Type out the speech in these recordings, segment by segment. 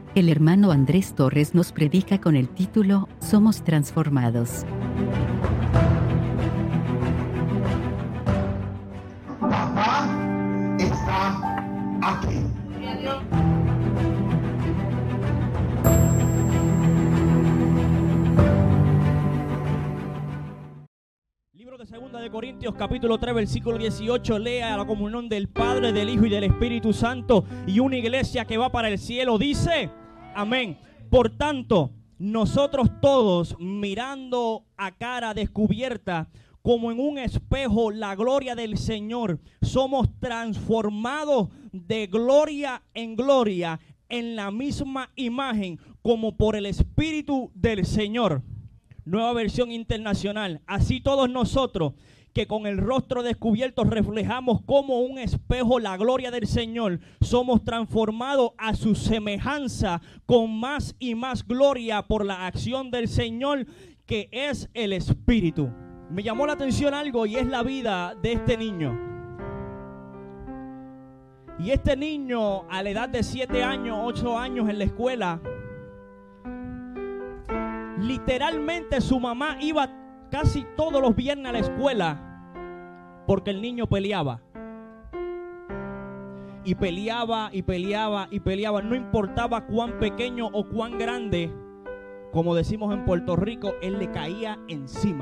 El hermano Andrés Torres nos predica con el título Somos transformados. Papá está aquí. Libro de 2 de Corintios, capítulo 3, versículo 18. Lea la comunión del Padre, del Hijo y del Espíritu Santo, y una iglesia que va para el cielo dice, amén. Por tanto, nosotros todos, mirando a cara descubierta, como en un espejo, la gloria del Señor, somos transformados de gloria en gloria, en la misma imagen, como por el Espíritu del Señor. Nueva versión internacional. Así todos nosotros, que con el rostro descubierto reflejamos como un espejo la gloria del Señor, somos transformados a su semejanza con más y más gloria por la acción del Señor, que es el Espíritu. Me llamó la atención algo, y es la vida de este niño. Y este niño, a la edad de 7 años, 8 años en la escuela, literalmente su mamá iba casi todos los viernes a la escuela porque el niño peleaba. Y peleaba y peleaba y peleaba. No importaba cuán pequeño o cuán grande, como decimos en Puerto Rico, él le caía encima.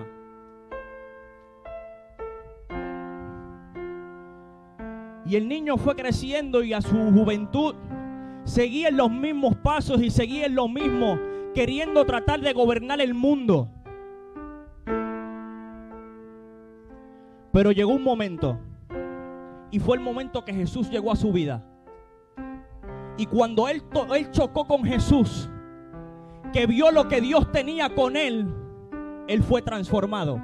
Y el niño fue creciendo y a su juventud seguía en los mismos pasos y seguía en lo mismo, queriendo tratar de gobernar el mundo. Pero llegó un momento, y fue el momento que Jesús llegó a su vida. Y cuando él chocó con Jesús, que vio lo que Dios tenía con él fue transformado.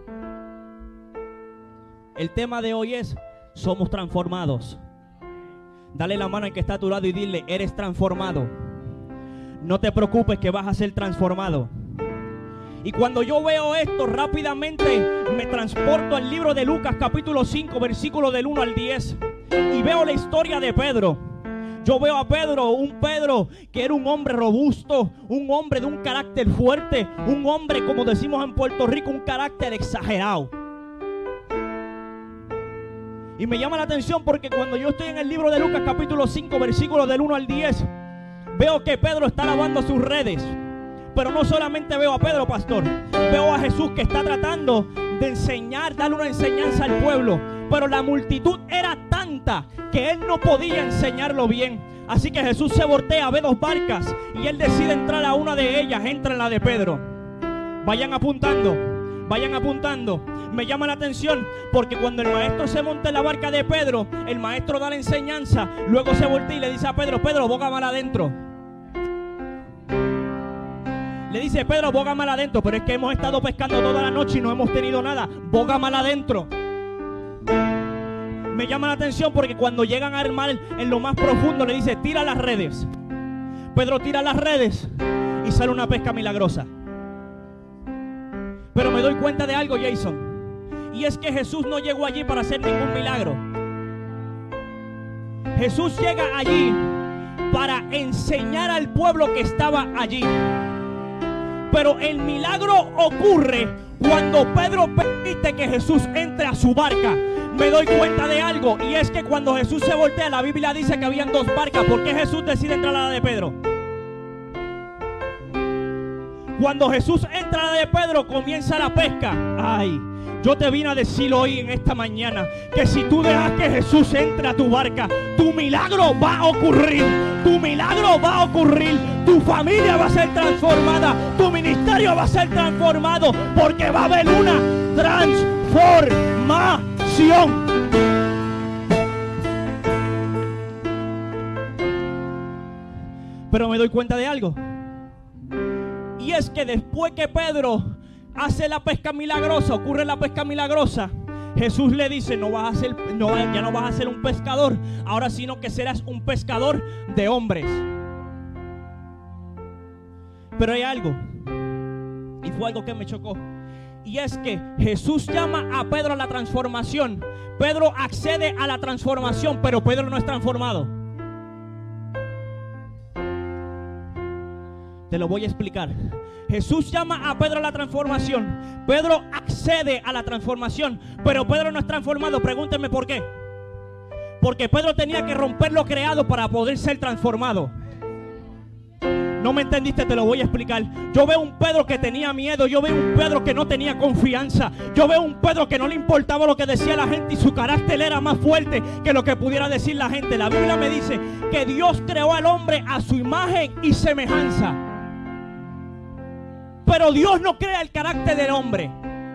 El tema de hoy es, somos transformados. Dale la mano al que está a tu lado y dile, eres transformado. No te preocupes que vas a ser transformado. Y cuando yo veo esto, rápidamente me transporto al libro de Lucas capítulo 5, versículo del 1 al 10. Y veo la historia de Pedro. Yo veo a Pedro, un Pedro que era un hombre robusto, un hombre de un carácter fuerte, un hombre, como decimos en Puerto Rico, un carácter exagerado. Y me llama la atención porque cuando yo estoy en el libro de Lucas capítulo 5, versículo del 1 al 10, veo que Pedro está lavando sus redes. Pero no solamente veo a Pedro, pastor. Veo a Jesús que está tratando de enseñar, darle una enseñanza al pueblo. Pero la multitud era tanta que él no podía enseñarlo bien. Así que Jesús se voltea, ve 2 barcas y él decide entrar a una de ellas. Entra en la de Pedro. Vayan apuntando. Vayan apuntando. Me llama la atención porque cuando el maestro se monta en la barca de Pedro, el maestro da la enseñanza, luego se voltea y le dice a Pedro, Pedro, boga mal adentro. Le dice, Pedro, boga mal adentro, pero es que hemos estado pescando toda la noche y no hemos tenido nada. Boga mal adentro. Me llama la atención porque cuando llegan al mar en lo más profundo le dice, tira las redes. Pedro tira las redes y sale una pesca milagrosa. Pero me doy cuenta de algo, Jason. Y es que Jesús no llegó allí para hacer ningún milagro. Jesús llega allí para enseñar al pueblo que estaba allí. Pero el milagro ocurre cuando Pedro permite que Jesús entre a su barca. Me doy cuenta de algo, y es que cuando Jesús se voltea, la Biblia dice que habían 2 barcas. ¿Por qué Jesús decide entrar a la de Pedro? Cuando Jesús entra a la de Pedro, comienza la pesca. Ay, yo te vine a decir hoy en esta mañana que si tú dejas que Jesús entre a tu barca, tu milagro va a ocurrir. Tu milagro va a ocurrir. Tu familia va a ser transformada. Tu ministerio va a ser transformado. Porque va a haber una transformación. Pero me doy cuenta de algo. Y es que después que Pedro hace la pesca milagrosa, ocurre la pesca milagrosa, Jesús le dice, ya no vas a ser un pescador, ahora sino que serás un pescador de hombres. Pero hay algo, y fue algo que me chocó, y es que Jesús llama a Pedro a la transformación. Pedro accede a la transformación, pero Pedro no es transformado. Te lo voy a explicar. Jesús llama a Pedro a la transformación. Pedro accede a la transformación, pero Pedro no es transformado. Pregúntenme por qué. Porque Pedro tenía que romper lo creado para poder ser transformado. No me entendiste, te lo voy a explicar. Yo veo un Pedro que tenía miedo. Yo veo un Pedro que no tenía confianza. Yo veo un Pedro que no le importaba lo que decía la gente y su carácter era más fuerte que lo que pudiera decir la gente. La Biblia me dice que Dios creó al hombre a su imagen y semejanza. Pero Dios no crea el carácter del hombre.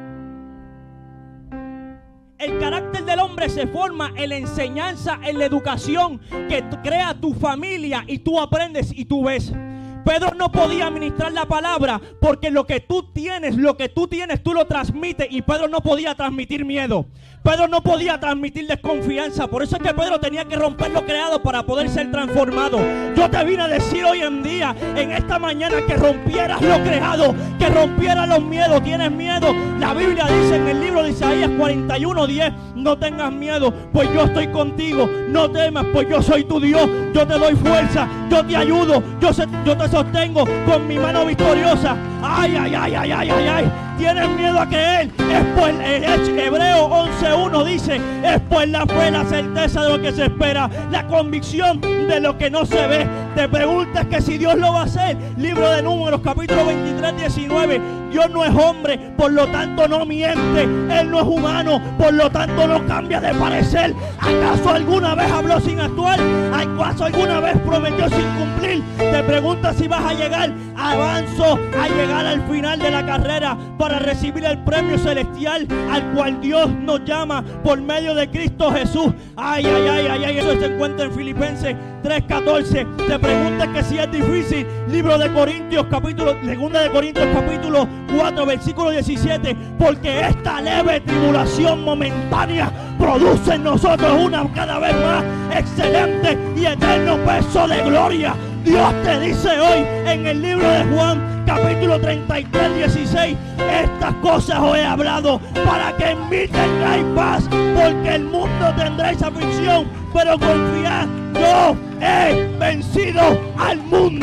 El carácter del hombre se forma en la enseñanza, en la educación que crea tu familia y tú aprendes y tú ves. Pedro no podía ministrar la palabra porque lo que tú tienes, tú lo transmites, y Pedro no podía transmitir miedo. Pedro no podía transmitir desconfianza. Por eso es que Pedro tenía que romper lo creado para poder ser transformado. Yo te vine a decir hoy en día, en esta mañana, que rompieras lo creado, que rompieras los miedos. ¿Tienes miedo? La Biblia dice en el libro de Isaías 41:10, no tengas miedo, pues yo estoy contigo. No temas, pues yo soy tu Dios. Yo te doy fuerza, yo te ayudo, yo te sostengo con mi mano victoriosa. Ay, ay, ay, ay, ay, ay, ay. ¿Tienes miedo a que Él? Es pues Hebreo 11:1 dice, es pues la fe, la certeza de lo que se espera, la convicción de lo que no se ve. Te preguntas que si Dios lo va a hacer. Libro de Números, capítulo 23:19. Dios no es hombre, por lo tanto no miente. Él no es humano, por lo tanto no cambia de parecer. ¿Acaso alguna vez habló sin actuar? ¿Acaso alguna vez prometió sin cumplir? Te preguntas si vas a llegar. Avanzo a llegar al final de la carrera para recibir el premio celestial al cual Dios nos llama por medio de Cristo Jesús. Ay, ay, ay, ay, ay. Eso se encuentra en Filipenses 3:14. Te preguntas que si es difícil. Libro de Corintios, segunda de Corintios, capítulo 4, versículo 17. Porque esta leve tribulación momentánea produce en nosotros una cada vez más excelente y eterno peso de gloria. Dios te dice hoy en el libro de Juan, capítulo 33:16, estas cosas os he hablado para que en mí tengáis paz, porque el mundo tendréis aflicción, pero confiad, yo he vencido al mundo.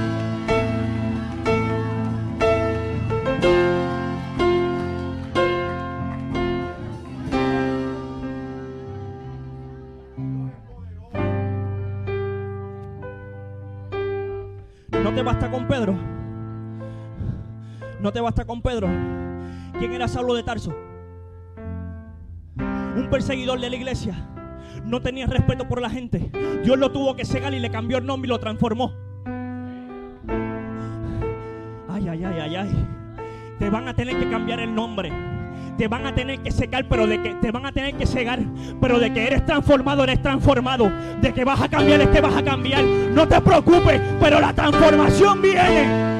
No te basta con Pedro. No te basta con Pedro. ¿Quién era Saulo de Tarso? Un perseguidor de la iglesia. No tenía respeto por la gente. Dios lo tuvo que cegar y le cambió el nombre y lo transformó. Ay, ay, ay, ay, ay. Te van a tener que cambiar el nombre. Te van a tener que secar, pero de que te van a tener que cegar, pero de que eres transformado, eres transformado. De que vas a cambiar, es que vas a cambiar. No te preocupes, pero la transformación viene.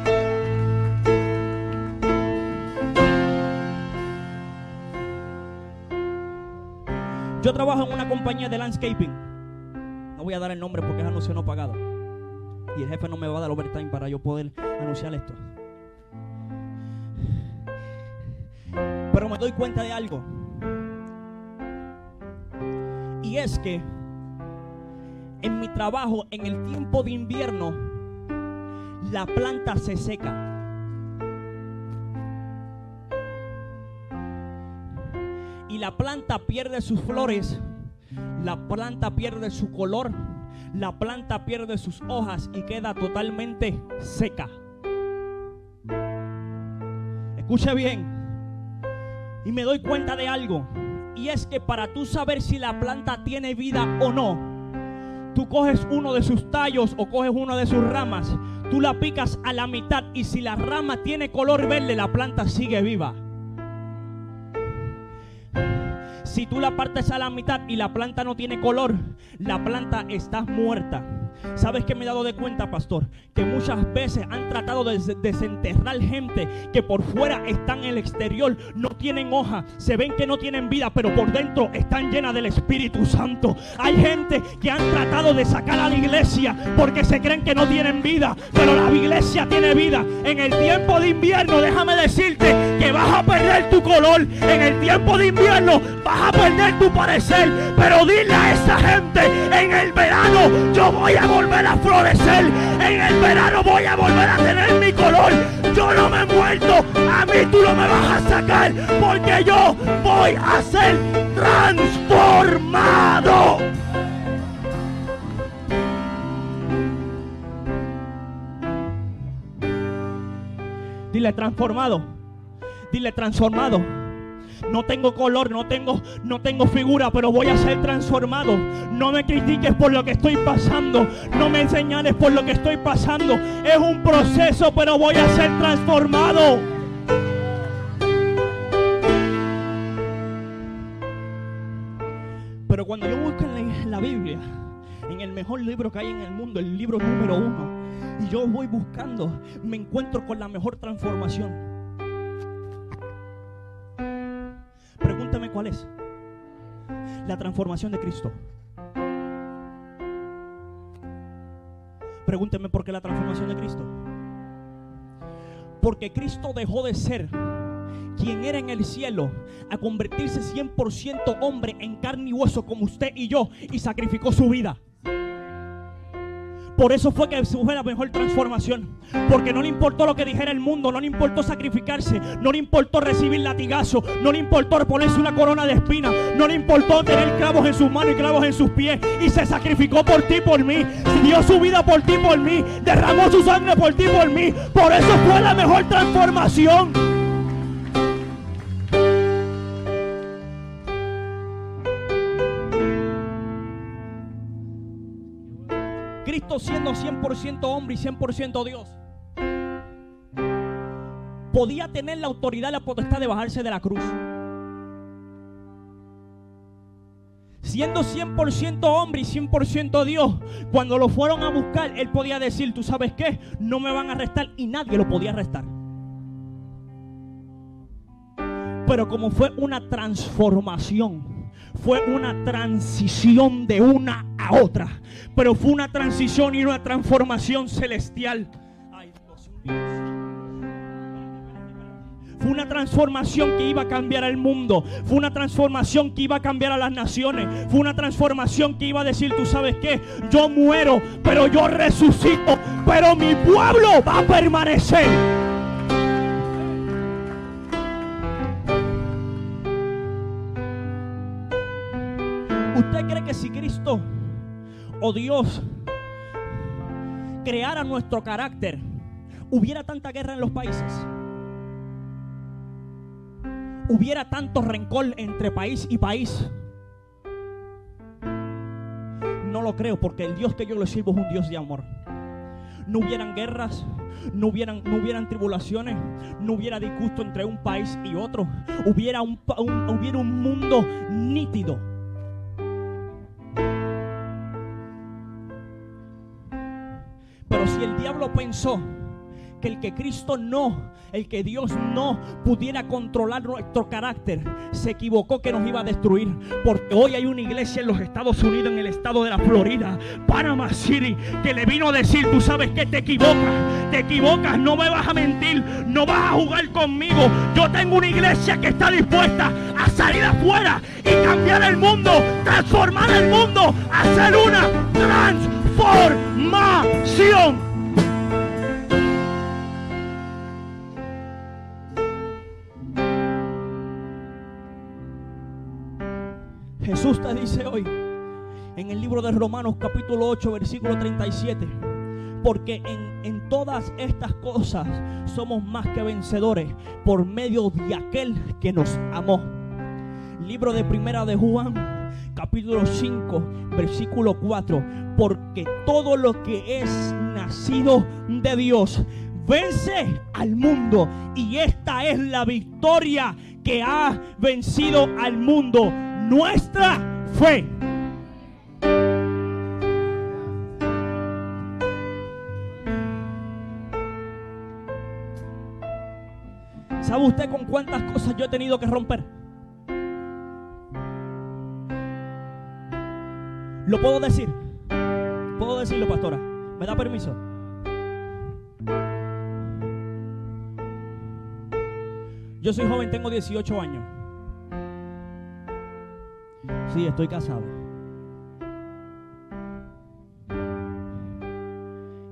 Yo trabajo en una compañía de landscaping. No voy a dar el nombre porque es anuncio no pagado. Y el jefe no me va a dar overtime para yo poder anunciar esto. Pero me doy cuenta de algo. Y es que en mi trabajo, en el tiempo de invierno, la planta se seca. Y la planta pierde sus flores, la planta pierde su color, la planta pierde sus hojas y queda totalmente seca. Escuche bien. Y me doy cuenta de algo. Y es que para tú saber si la planta tiene vida o no, tú coges uno de sus tallos o coges una de sus ramas, tú la picas a la mitad y si la rama tiene color verde, la planta sigue viva. Si tú la partes a la mitad y la planta no tiene color, la planta está muerta. ¿Sabes qué me he dado de cuenta, pastor? Que muchas veces han tratado de desenterrar gente que por fuera están en el exterior, no tienen hoja, se ven que no tienen vida, pero por dentro están llenas del Espíritu Santo. Hay gente que han tratado de sacar a la iglesia porque se creen que no tienen vida, pero la iglesia tiene vida. En el tiempo de invierno, déjame decirte que vas a perder tu color. En el tiempo de invierno vas a perder tu parecer, pero dile a esa gente, en el verano yo voy a a volver a florecer. En el verano voy a volver a tener mi color. Yo no me he muerto. A mí tú no me vas a sacar, porque yo voy a ser transformado. Dile transformado. Dile transformado. No tengo color, no tengo figura, pero voy a ser transformado. No me critiques por lo que estoy pasando. No me señales por lo que estoy pasando. Es un proceso, pero voy a ser transformado. Pero cuando yo busco en la Biblia, en el mejor libro que hay en el mundo, el libro número 1, y yo voy buscando, me encuentro con la mejor transformación. Pregúntame cuál es. La transformación de Cristo. Pregúnteme por qué la transformación de Cristo. Porque Cristo dejó de ser quien era en el cielo a convertirse 100% hombre en carne y hueso como usted y yo, y sacrificó su vida. Por eso fue que fue la mejor transformación. Porque no le importó lo que dijera el mundo. No le importó sacrificarse. No le importó recibir latigazo. No le importó ponerse una corona de espinas. No le importó tener clavos en sus manos y clavos en sus pies. Y se sacrificó por ti, por mí. Dio su vida por ti, por mí. Derramó su sangre por ti, por mí. Por eso fue la mejor transformación. Cristo siendo 100% hombre y 100% Dios, podía tener la autoridad y la potestad de bajarse de la cruz. Siendo 100% hombre y 100% Dios, cuando lo fueron a buscar, Él podía decir, ¿tú sabes qué? No me van a arrestar, y nadie lo podía arrestar. Pero como fue una transformación, fue una transición de una a otra, pero fue una transición y una transformación celestial. Ay, Dios mío. Fue una transformación que iba a cambiar el mundo. Fue una transformación que iba a cambiar a las naciones. Fue una transformación que iba a decir, ¿tú sabes qué? Yo muero, pero yo resucito, pero mi pueblo va a permanecer. ¿Usted cree que si Cristo o Dios creara nuestro carácter, hubiera tanta guerra en los países? ¿Hubiera tanto rencor entre país y país? No lo creo, porque el Dios que yo le sirvo es un Dios de amor. No hubieran guerras, no hubieran tribulaciones, no hubiera disgusto entre un país y otro. Hubiera un mundo nítido. Pero si el diablo pensó que el que Dios no pudiera controlar nuestro carácter, se equivocó, que nos iba a destruir. Porque hoy hay una iglesia en los Estados Unidos, en el estado de la Florida, Panama City, que le vino a decir, tú sabes que te equivocas, no me vas a mentir, no vas a jugar conmigo. Yo tengo una iglesia que está dispuesta a salir afuera y cambiar el mundo, transformar el mundo, hacer una transformación. Jesús te dice hoy en el libro de Romanos capítulo 8 versículo 37, porque en todas estas cosas somos más que vencedores por medio de aquel que nos amó. Libro de Primera de Juan capítulo 5 versículo 4, porque todo lo que es nacido de Dios vence al mundo, y esta es la victoria que ha vencido al mundo, nuestra fe. ¿Sabe usted con cuántas cosas yo he tenido que romper? ¿Lo puedo decir? ¿Puedo decirlo, pastora? ¿Me da permiso? Yo soy joven, tengo 18 años. Sí, estoy casado.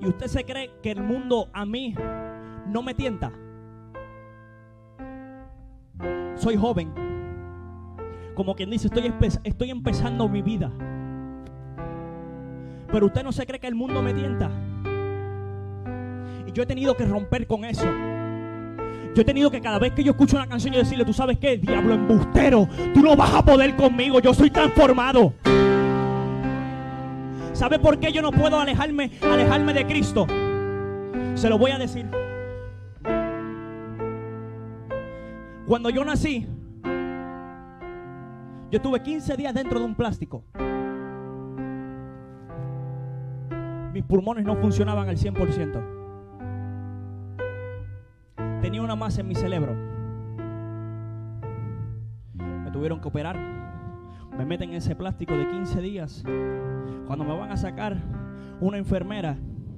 Y usted se cree que el mundo a mí no me tienta. Soy joven. Como quien dice, estoy empezando mi vida. Pero usted no se cree que el mundo me tienta. Y yo he tenido que romper con eso. Yo he tenido que cada vez que yo escucho una canción yo decirle, ¿tú sabes qué? Diablo embustero, tú no vas a poder conmigo, yo soy transformado. ¿Sabe por qué yo no puedo alejarme de Cristo? Se lo voy a decir. Cuando yo nací, yo estuve 15 días dentro de un plástico. Mis pulmones no funcionaban al 100%. Tenía una masa en mi cerebro. Me tuvieron que operar. Me meten en ese plástico de 15 días. Cuando me van a sacar, una enfermera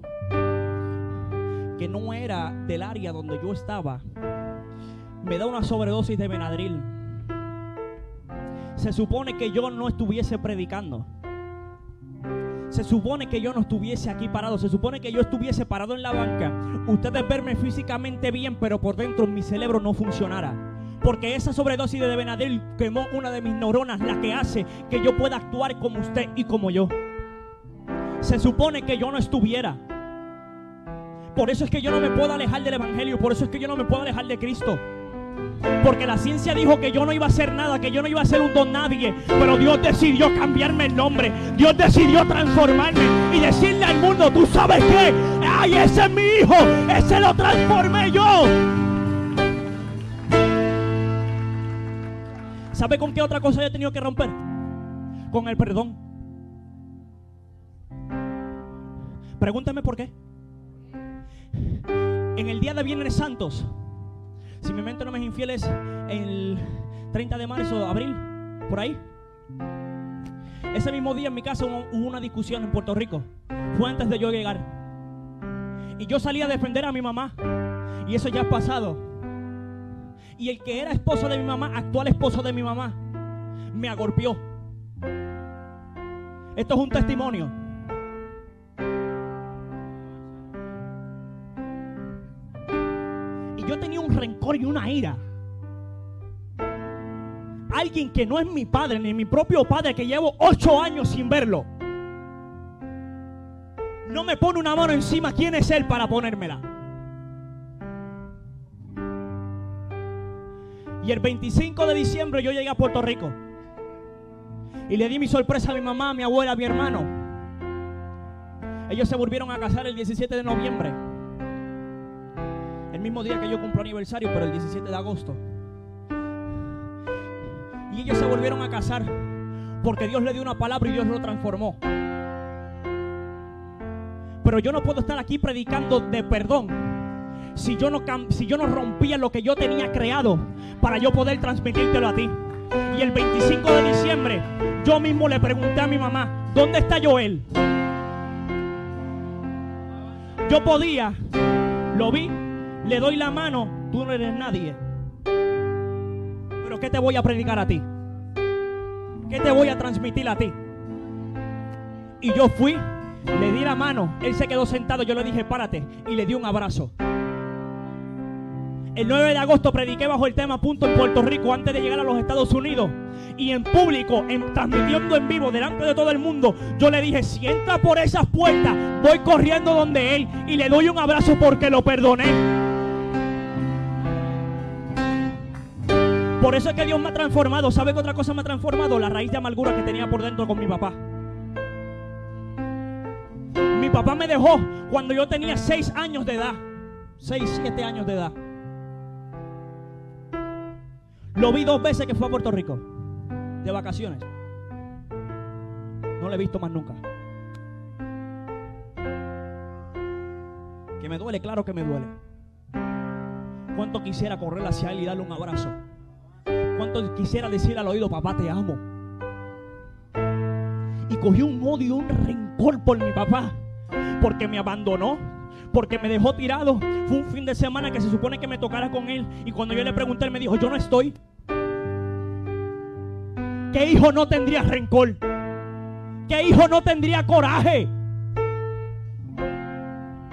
que no era del área donde yo estaba me da una sobredosis de Benadryl. Se supone que yo no estuviese predicando. Se supone que yo no estuviese aquí parado. Se supone que yo estuviese parado en la banca. Ustedes verme físicamente bien, pero por dentro mi cerebro no funcionara. Porque esa sobredosis de Benadryl quemó una de mis neuronas, la que hace que yo pueda actuar como usted y como yo. Se supone que yo no estuviera. Por eso es que yo no me puedo alejar del evangelio. Por eso es que yo no me puedo alejar de Cristo. Porque la ciencia dijo que yo no iba a hacer nada, que yo no iba a ser un don nadie. Pero Dios decidió cambiarme el nombre. Dios decidió transformarme y decirle al mundo, ¿tú sabes qué? ¡Ay, ese es mi hijo! ¡Ese lo transformé yo! ¿Sabe con qué otra cosa yo he tenido que romper? Con el perdón. Pregúntame por qué. En el día de Viernes Santos, si mi mente no me es infiel, es el 30 de marzo, abril, por ahí. Ese mismo día en mi casa hubo una discusión en Puerto Rico. Fue antes de yo llegar. Y yo salí a defender a mi mamá. Y eso ya ha pasado. Y el que era esposo de mi mamá, actual esposo de mi mamá, me agorpió. Esto es un testimonio. Y yo tenía un rencor y una ira. Alguien que no es mi padre, ni mi propio padre, que llevo 8 años sin verlo, no me pone una mano encima. ¿Quién es él para ponérmela? Y el 25 de diciembre yo llegué a Puerto Rico y le di mi sorpresa a mi mamá, a mi abuela, a mi hermano. Ellos se volvieron a casar el 17 de noviembre, el mismo día que yo cumplo aniversario, pero el 17 de agosto. Y ellos se volvieron a casar porque Dios le dio una palabra y Dios lo transformó. Pero yo no puedo estar aquí predicando de perdón si yo no rompía lo que yo tenía creado para yo poder transmitírtelo a ti. Y el 25 de diciembre yo mismo le pregunté a mi mamá, ¿dónde está Joel? Yo podía, lo vi, le doy la mano, tú no eres nadie. Pero ¿qué te voy a predicar a ti? ¿Qué te voy a transmitir a ti? Y yo fui, le di la mano, él se quedó sentado, yo le dije párate y le di un abrazo. El 9 de agosto prediqué bajo el tema Punto en Puerto Rico antes de llegar a los Estados Unidos. Y en público, transmitiendo en vivo delante de todo el mundo, yo le dije, si entra por esas puertas, voy corriendo donde él y le doy un abrazo porque lo perdoné. Por eso es que Dios me ha transformado. ¿Sabe qué otra cosa me ha transformado? La raíz de amargura que tenía por dentro con mi papá. Mi papá me dejó cuando yo tenía 6 años de edad. 6, 7 años de edad. Lo vi 2 veces que fue a Puerto Rico de vacaciones. No lo he visto más nunca. Que me duele, claro que me duele. Cuánto quisiera correr hacia él y darle un abrazo. Cuánto quisiera decir al oído, papá, te amo. Y cogí un odio, un rencor por mi papá, porque me abandonó, porque me dejó tirado. Fue un fin de semana que se supone que me tocara con él, y cuando yo le pregunté, él me dijo, yo no estoy. ¿Qué hijo no tendría rencor? ¿Qué hijo no tendría coraje?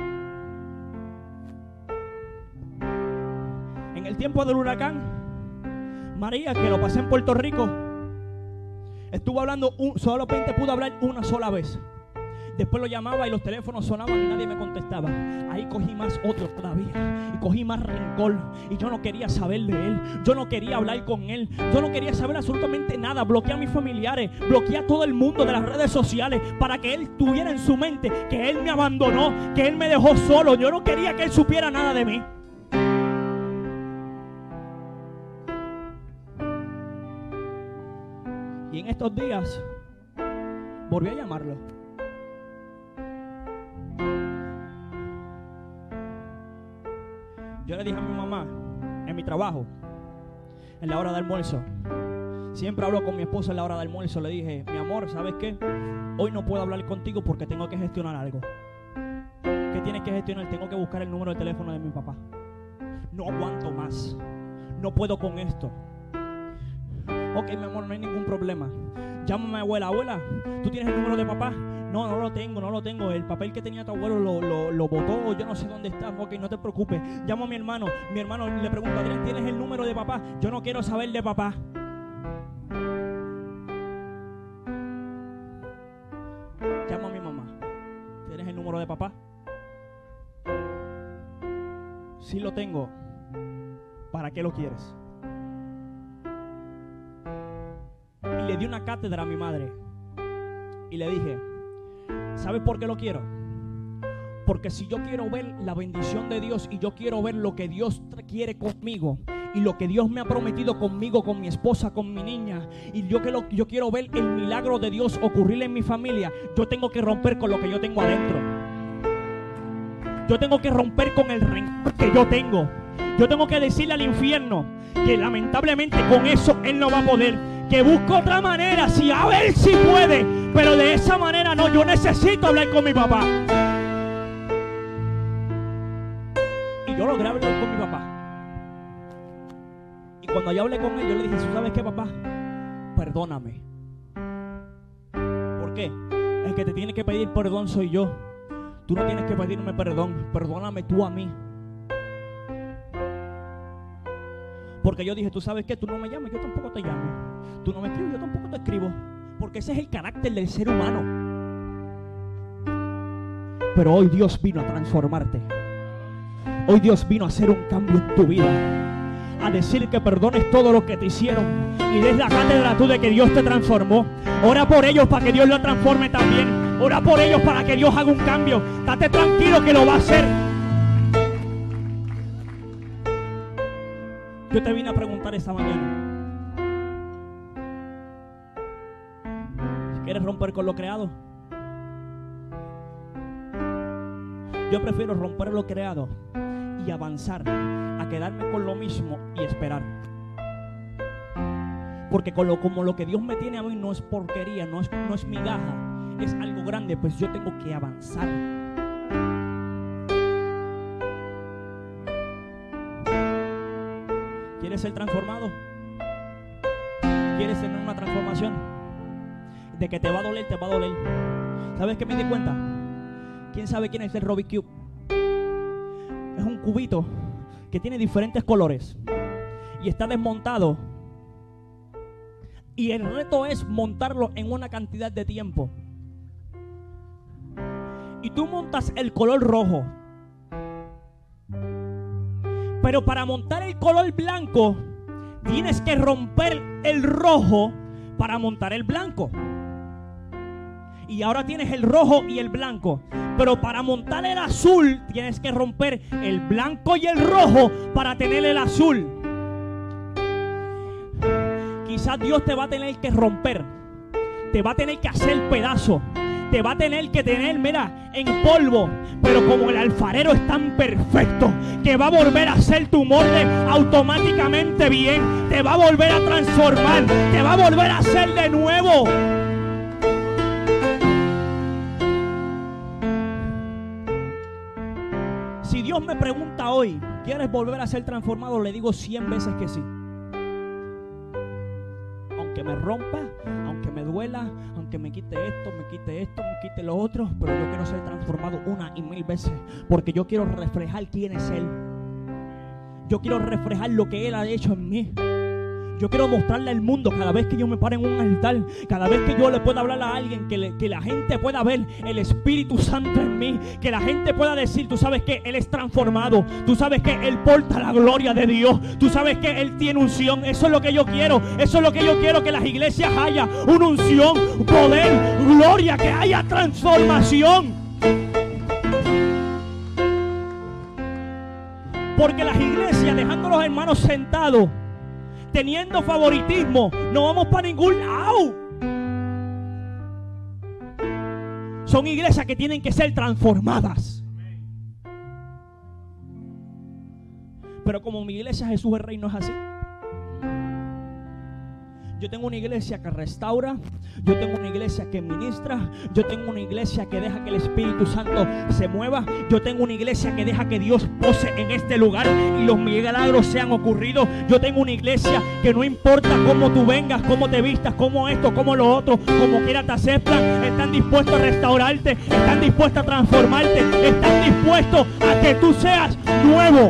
el tiempo del huracán María, que lo pasé en Puerto Rico, estuvo hablando, solamente pudo hablar una sola vez. Después lo llamaba y los teléfonos sonaban y nadie me contestaba. Ahí cogí más odio todavía y cogí más rencor, y yo no quería saber de él, yo no quería hablar con él, yo no quería saber absolutamente nada. Bloqueé a mis familiares, bloqueé a todo el mundo de las redes sociales para que él tuviera en su mente que él me abandonó, que él me dejó solo. Yo no quería que él supiera nada de mí. Y en estos días volví a llamarlo. Yo le dije a mi mamá, en mi trabajo, en la hora de almuerzo, siempre hablo con mi esposa en la hora de almuerzo, le dije, mi amor, ¿sabes qué? Hoy no puedo hablar contigo porque tengo que gestionar algo. ¿Qué tienes que gestionar? Tengo que buscar el número de teléfono de mi papá. No aguanto más, no puedo con esto. Ok, mi amor, no hay ningún problema. Llámame a mi abuela. Abuela, ¿tú tienes el número de papá? No, no lo tengo. El papel que tenía tu abuelo lo botó, yo no sé dónde está. Ok, no te preocupes. Llamo a mi hermano. Mi hermano le pregunta, Adrián, ¿tienes el número de papá? Yo no quiero saber de papá. Llamo a mi mamá. ¿Tienes el número de papá? Sí lo tengo. ¿Para qué lo quieres? Y le di una cátedra a mi madre. Y le dije, ¿sabes por qué lo quiero? Porque si yo quiero ver la bendición de Dios y yo quiero ver lo que Dios quiere conmigo y lo que Dios me ha prometido conmigo, con mi esposa, con mi niña, y yo quiero ver el milagro de Dios ocurrir en mi familia, yo tengo que romper con lo que yo tengo adentro. Yo tengo que romper con el rencor que yo tengo. Yo tengo que decirle al infierno que lamentablemente con eso él no va a poder, que busque otra manera, sí, a ver si puede, pero de esa manera no. Yo necesito hablar con mi papá. Y yo logré hablar con mi papá. Y cuando yo hablé con él, yo le dije, ¿sabes qué, papá? Perdóname. ¿Por qué? El que te tiene que pedir perdón soy yo. Tú no tienes que pedirme perdón. Perdóname tú a mí. Porque yo dije, ¿tú sabes qué? Tú no me llamas, yo tampoco te llamo. Tú no me escribes, yo tampoco te escribo. Porque ese es el carácter del ser humano. Pero hoy Dios vino a transformarte. Hoy Dios vino a hacer un cambio en tu vida. A decir que perdones todo lo que te hicieron. Y des la cátedra tú de que Dios te transformó. Ora por ellos para que Dios lo transforme también. Ora por ellos para que Dios haga un cambio. Date tranquilo que lo va a hacer. Yo te vine a preguntar esta mañana. ¿Quieres romper con lo creado? Yo prefiero romper lo creado y avanzar a quedarme con lo mismo y esperar. Porque como lo que Dios me tiene a mí no es porquería, no es migaja, es algo grande, pues yo tengo que avanzar. ¿Quieres ser transformado? ¿Quieres tener una transformación? De que te va a doler, te va a doler. ¿Sabes qué me di cuenta? ¿Quién sabe quién es el Rubik's Cube? Es un cubito que tiene diferentes colores y está desmontado. Y el reto es montarlo en una cantidad de tiempo. Y tú montas el color rojo. Pero para montar el color blanco, tienes que romper el rojo para montar el blanco. Y ahora tienes el rojo y el blanco. Pero para montar el azul, tienes que romper el blanco y el rojo para tener el azul. Quizás Dios te va a tener que romper. Te va a tener que hacer pedazo. Te va a tener que tener, mira, en polvo. Pero como el alfarero es tan perfecto que va a volver a hacer tu molde automáticamente bien. Te va a volver a transformar. Te va a volver a hacer de nuevo. Si Dios me pregunta hoy, ¿quieres volver a ser transformado? Le digo 100 veces que sí. Aunque me rompa, aunque me duela, aunque me quite esto, me quite lo otro, pero yo quiero ser transformado 1 y 1000 veces, porque yo quiero reflejar quién es Él. Yo quiero reflejar lo que Él ha hecho en mí. Yo quiero mostrarle al mundo cada vez que yo me pare en un altar, cada vez que yo le pueda hablar a alguien, que la gente pueda ver el Espíritu Santo en mí, que la gente pueda decir, tú sabes que Él es transformado, tú sabes que Él porta la gloria de Dios, tú sabes que Él tiene unción. Eso es lo que yo quiero, eso es lo que yo quiero, que las iglesias haya una unción, poder, gloria, que haya transformación. Porque las iglesias, dejando a los hermanos sentados, teniendo favoritismo, no vamos para ningún lado. Son iglesias que tienen que ser transformadas. Pero como mi iglesia Jesús el Rey no es así. Yo tengo una iglesia que restaura, yo tengo una iglesia que ministra, yo tengo una iglesia que deja que el Espíritu Santo se mueva, yo tengo una iglesia que deja que Dios pose en este lugar y los milagros sean ocurridos. Yo tengo una iglesia que no importa cómo tú vengas, cómo te vistas, cómo esto, cómo lo otro, como quiera te aceptan, están dispuestos a restaurarte, están dispuestos a transformarte, están dispuestos a que tú seas nuevo.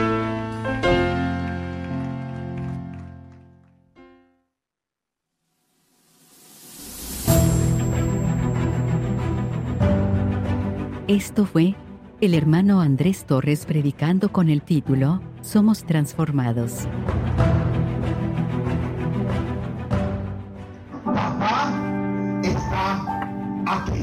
Esto fue el hermano Andrés Torres predicando con el título Somos transformados. Papá está aquí.